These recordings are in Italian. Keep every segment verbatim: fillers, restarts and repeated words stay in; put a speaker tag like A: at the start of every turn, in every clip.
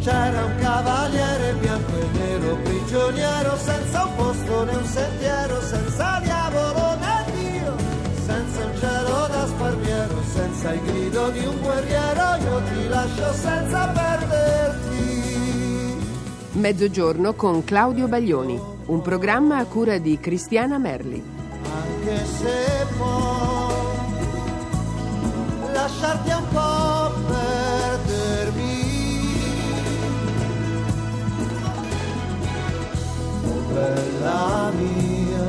A: C'era un cavaliere bianco e nero prigioniero, senza un posto né un sentiero, senza diavolo né Dio, senza un cielo da sparviero, senza il grido di un guerriero, io ti lascio senza perderti.
B: Mezzogiorno con Claudio Baglioni, un programma a cura di Cristiana Merli.
A: Anche se può lasciarti un po' perdermi, oh bella mia,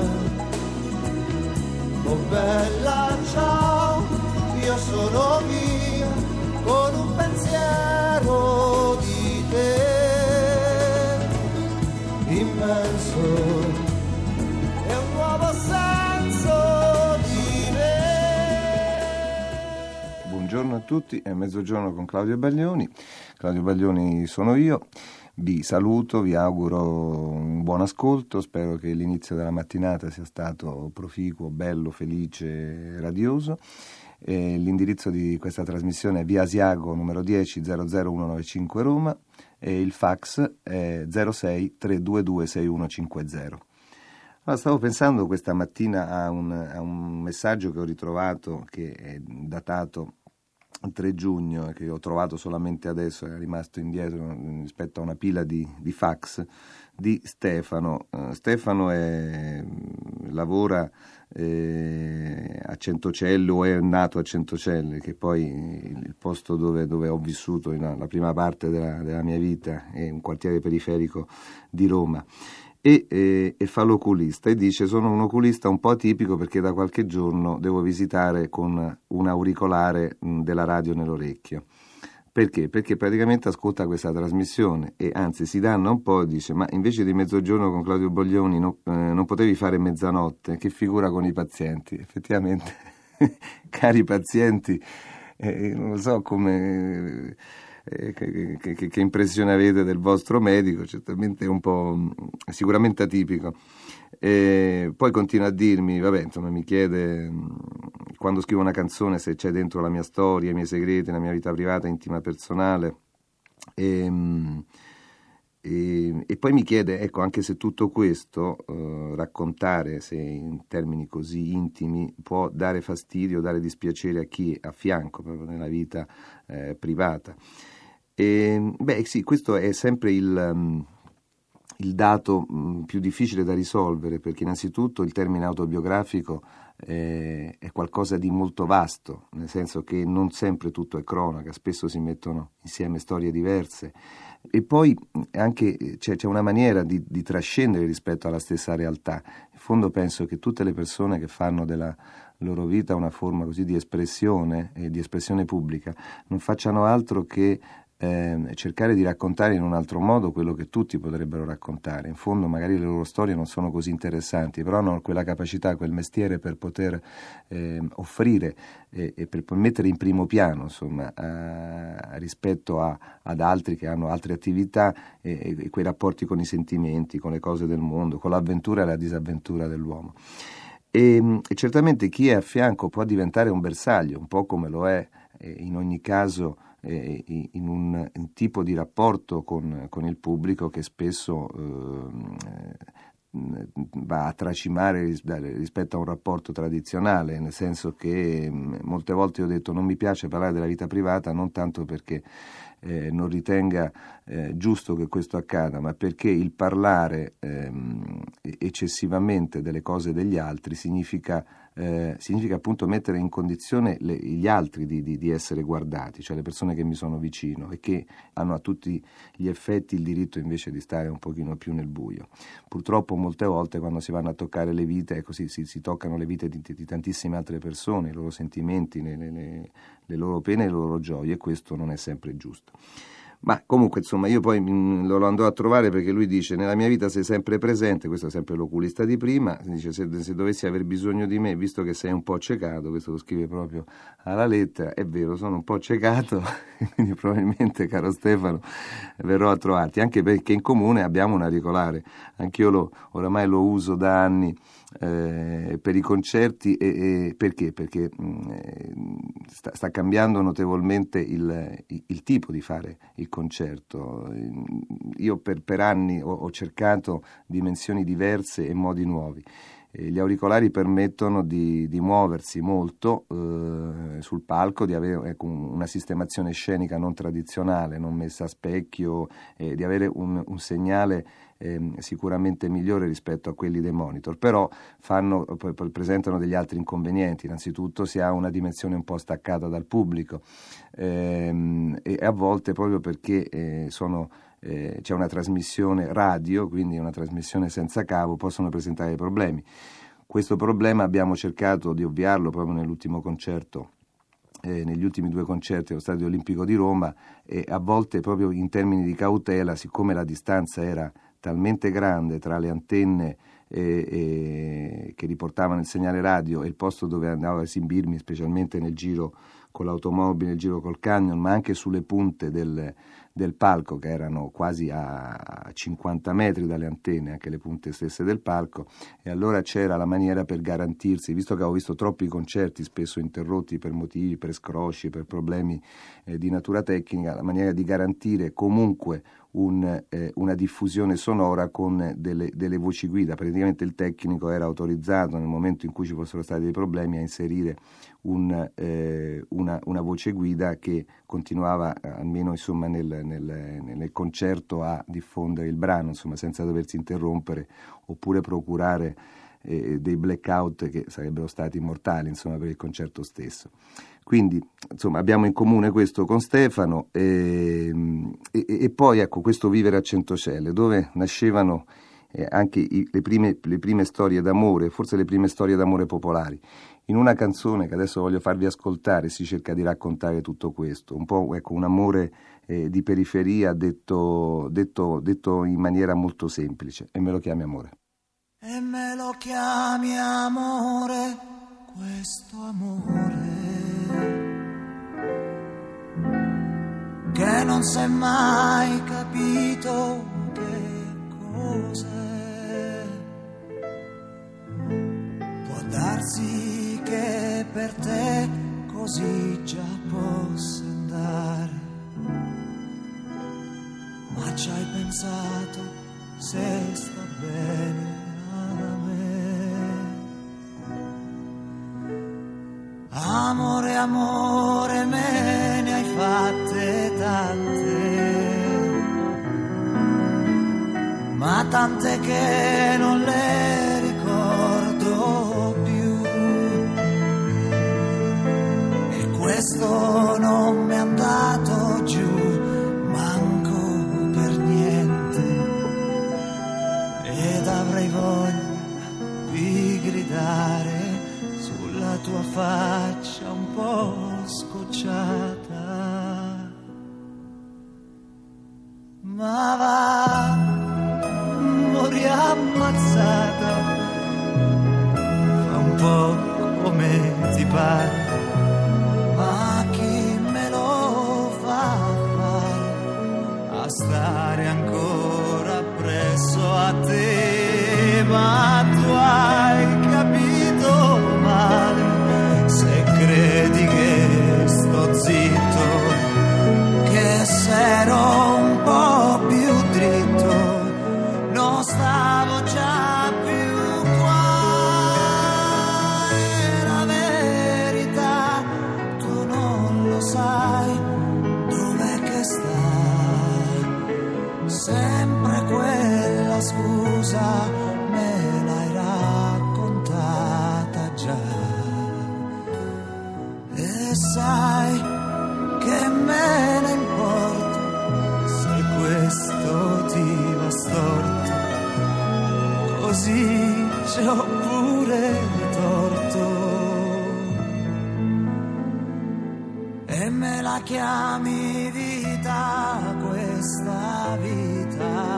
A: oh bella ciao, io sono via con un pensiero di te immenso e un nuovo senso di me.
C: Buongiorno a tutti, è Mezzogiorno con Claudio Baglioni. Claudio Baglioni sono io. Vi saluto, vi auguro un buon ascolto, spero che l'inizio della mattinata sia stato proficuo, bello, felice, radioso. E l'indirizzo di questa trasmissione è via Asiago numero dieci zero zero uno nove cinque Roma e il fax è zero sei tre due due sei uno cinque zero. Allora, stavo pensando questa mattina a un, a un messaggio che ho ritrovato, che è datato tre giugno, che ho trovato solamente adesso, è rimasto indietro rispetto a una pila di, di fax di Stefano. Uh, Stefano è, lavora eh, a Centocelle, o è nato a Centocelle, che poi il, il posto dove, dove ho vissuto in la, la prima parte della, della mia vita, è un quartiere periferico di Roma. E, e, e fa l'oculista e dice: sono un oculista un po' atipico perché da qualche giorno devo visitare con un auricolare mh, della radio nell'orecchio. Perché? Perché praticamente ascolta questa trasmissione e anzi si danna un po' e dice: ma invece di Mezzogiorno con Claudio Baglioni no, eh, non potevi fare mezzanotte, che figura con i pazienti. Effettivamente, cari pazienti, eh, non lo so come... Eh, che, che, che impressione avete del vostro medico, certamente è un po' sicuramente atipico. E poi continua a dirmi, vabbè, insomma, mi chiede quando scrivo una canzone se c'è dentro la mia storia, i miei segreti, la mia vita privata, intima, personale, e, e, e poi mi chiede, ecco, anche se tutto questo eh, raccontare, se in termini così intimi, può dare fastidio, dare dispiacere a chi è a fianco proprio nella vita eh, privata. E, beh sì, questo è sempre il, um, il dato um, più difficile da risolvere, perché innanzitutto il termine autobiografico eh, è qualcosa di molto vasto, nel senso che non sempre tutto è cronaca, spesso si mettono insieme storie diverse e poi anche c'è, c'è una maniera di, di trascendere rispetto alla stessa realtà. In fondo penso che tutte le persone che fanno della loro vita una forma così di espressione e eh, di espressione pubblica non facciano altro che Eh, cercare di raccontare in un altro modo quello che tutti potrebbero raccontare. In fondo magari le loro storie non sono così interessanti, però hanno quella capacità, quel mestiere per poter eh, offrire eh, e per mettere in primo piano, insomma, a, rispetto a, ad altri che hanno altre attività e, e quei rapporti con i sentimenti, con le cose del mondo, con l'avventura e la disavventura dell'uomo. E, e certamente chi è a fianco può diventare un bersaglio, un po' come lo è eh, in ogni caso in un, un tipo di rapporto con, con il pubblico che spesso eh, va a tracimare rispetto a un rapporto tradizionale, nel senso che molte volte ho detto non mi piace parlare della vita privata, non tanto perché eh, non ritenga eh, giusto che questo accada, ma perché il parlare ehm, eccessivamente delle cose degli altri significa Eh, significa appunto mettere in condizione le, gli altri di, di, di essere guardati, cioè le persone che mi sono vicino e che hanno a tutti gli effetti il diritto invece di stare un pochino più nel buio. Purtroppo molte volte quando si vanno a toccare le vite, ecco, si, si, si toccano le vite di, di tantissime altre persone, i loro sentimenti, le, le, le, le loro pene e le loro gioie, e questo non è sempre giusto. Ma comunque, insomma, io poi mh, lo andrò a trovare perché lui dice: nella mia vita sei sempre presente, questo è sempre l'oculista di prima, dice se, se dovessi aver bisogno di me, visto che sei un po' ciecato, questo lo scrive proprio alla lettera, è vero, sono un po' ciecato, quindi probabilmente, caro Stefano, verrò a trovarti, anche perché in comune abbiamo un auricolare, anch'io lo, oramai lo uso da anni eh, per i concerti. E, e perché? Perché mh, sta, sta cambiando notevolmente il, il, il tipo di fare il concerto. Io per, per anni ho, ho cercato dimensioni diverse e modi nuovi. Gli auricolari permettono di, di muoversi molto eh, sul palco, di avere ecco, una sistemazione scenica non tradizionale, non messa a specchio, eh, di avere un, un segnale eh, sicuramente migliore rispetto a quelli dei monitor, però fanno, poi, poi presentano degli altri inconvenienti. Innanzitutto si ha una dimensione un po' staccata dal pubblico ehm, e a volte proprio perché eh, sono Eh, c'è una trasmissione radio, quindi una trasmissione senza cavo, possono presentare dei problemi. Questo problema abbiamo cercato di ovviarlo proprio nell'ultimo concerto, eh, negli ultimi due concerti allo Stadio Olimpico di Roma, e a volte proprio in termini di cautela, siccome la distanza era talmente grande tra le antenne eh, eh, che riportavano il segnale radio e il posto dove andavo a esibirmi, specialmente nel giro con l'automobile, nel giro col camion, ma anche sulle punte del del palco, che erano quasi a cinquanta metri dalle antenne, anche le punte stesse del palco, e allora c'era la maniera per garantirsi, visto che avevo visto troppi concerti spesso interrotti per motivi, per scrosci, per problemi eh, di natura tecnica, la maniera di garantire comunque un, eh, una diffusione sonora con delle, delle voci guida. Praticamente il tecnico era autorizzato, nel momento in cui ci fossero stati dei problemi, a inserire un, eh, una, una voce guida che continuava, almeno insomma nel, nel, nel concerto, a diffondere il brano, insomma, senza doversi interrompere, oppure procurare eh, dei blackout che sarebbero stati mortali, insomma, per il concerto stesso. Quindi insomma abbiamo in comune questo con Stefano e, e, e poi ecco questo Vivere a Centocelle, dove nascevano eh, anche i, le, prime, le prime storie d'amore, forse le prime storie d'amore popolari. In una canzone che adesso voglio farvi ascoltare si cerca di raccontare tutto questo, un po' ecco, un amore eh, di periferia detto, detto, detto in maniera molto semplice. E me lo chiami amore.
A: E me lo chiami amore, questo amore che non si è mai capito che cos'è. Può darsi che per te così già possa andare, ma ci hai pensato se sta bene a me. Amore, amore, me ne hai fatte tante, ma tante che non le ricordo più, e questo non mi è andato giù manco per niente, ed avrei voglia di gridare sulla tua faccia un po' scocciata. Ma va, morì ammazzata, fa un po' come ti pare, ma chi me lo fa fare a stare ancora presso a te? Ma tu hai capito male se credi che sto zitto, che se ero un po' più dritto non stavo già più qua. E la verità tu non lo sai dov'è che sta, sempre quella scusa me l'hai raccontata già, e sai che me ne importa se questo ti va storto, così c'ho pure torto. E me la chiami vita, questa vita,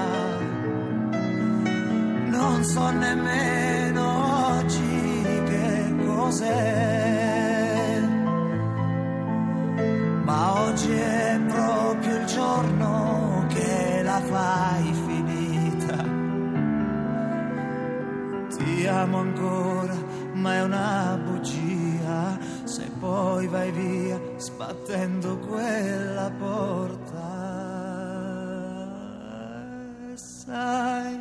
A: non so nemmeno oggi che cos'è, ma oggi è proprio il giorno che la fai finita. Ti amo ancora, ma è una bugia se poi vai via sbattendo quella porta. E sai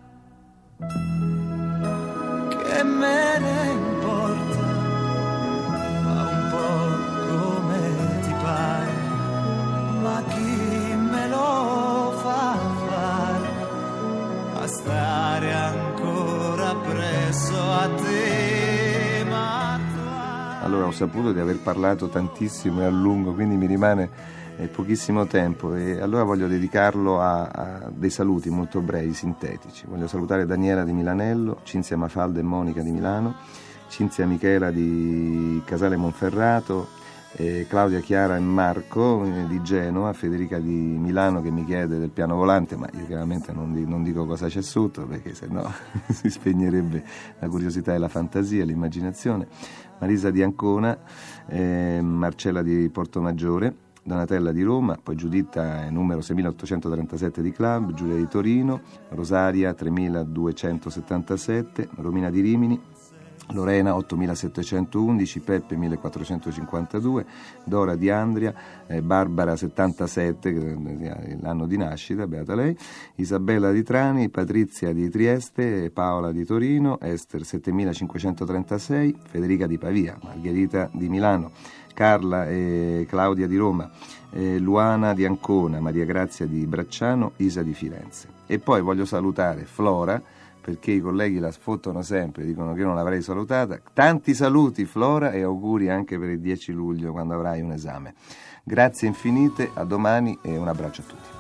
A: che me ne importa, fa un po' come ti pare, ma chi me lo fa fare a stare ancora presso a te? Ma tu...
C: Allora, ho saputo di aver parlato tantissimo e a lungo, quindi mi rimane eh, pochissimo tempo, e allora voglio dedicarlo a, a dei saluti molto brevi, sintetici. Voglio salutare Daniela di Milanello, Cinzia Mafalda e Monica di Milano, Cinzia Michela di Casale Monferrato, eh, Claudia, Chiara e Marco eh, di Genova, Federica di Milano che mi chiede del piano volante, ma io chiaramente non, di, non dico cosa c'è sotto, perché sennò si spegnerebbe la curiosità e la fantasia e l'immaginazione. Marisa di Ancona, eh, Marcella di Portomaggiore, Donatella di Roma, poi Giuditta è numero seimilaottocentotrentasette di Club, Giulia di Torino, Rosaria tremiladuecentosettantasette, Romina di Rimini, Lorena ottomilasettecentoundici, Peppe millequattrocentocinquantadue, Dora di Andria, eh, Barbara settantasette, l'anno di nascita, beata lei, Isabella di Trani, Patrizia di Trieste, Paola di Torino, Ester settemilacinquecentotrentasei, Federica di Pavia, Margherita di Milano, Carla e Claudia di Roma, eh, Luana di Ancona, Maria Grazia di Bracciano, Isa di Firenze. E poi voglio salutare Flora, perché i colleghi la sfottono sempre, dicono che io non l'avrei salutata. Tanti saluti Flora e auguri anche per il dieci luglio quando avrai un esame. Grazie infinite, a domani e un abbraccio a tutti.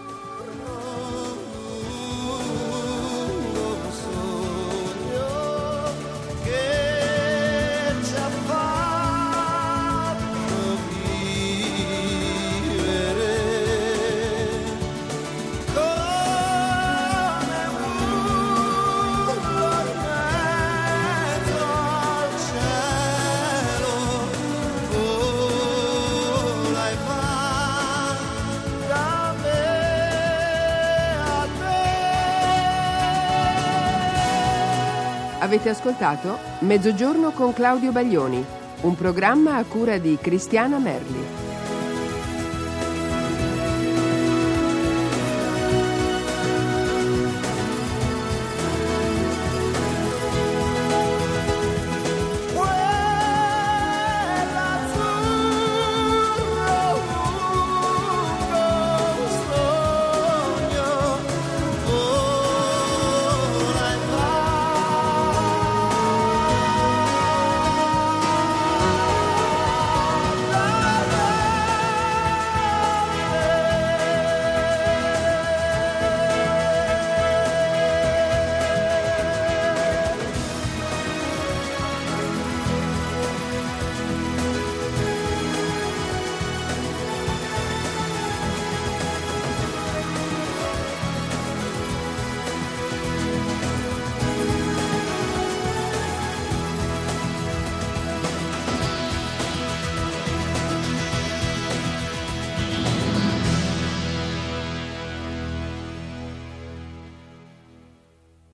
B: Avete ascoltato Mezzogiorno con Claudio Baglioni, un programma a cura di Cristiana Merli.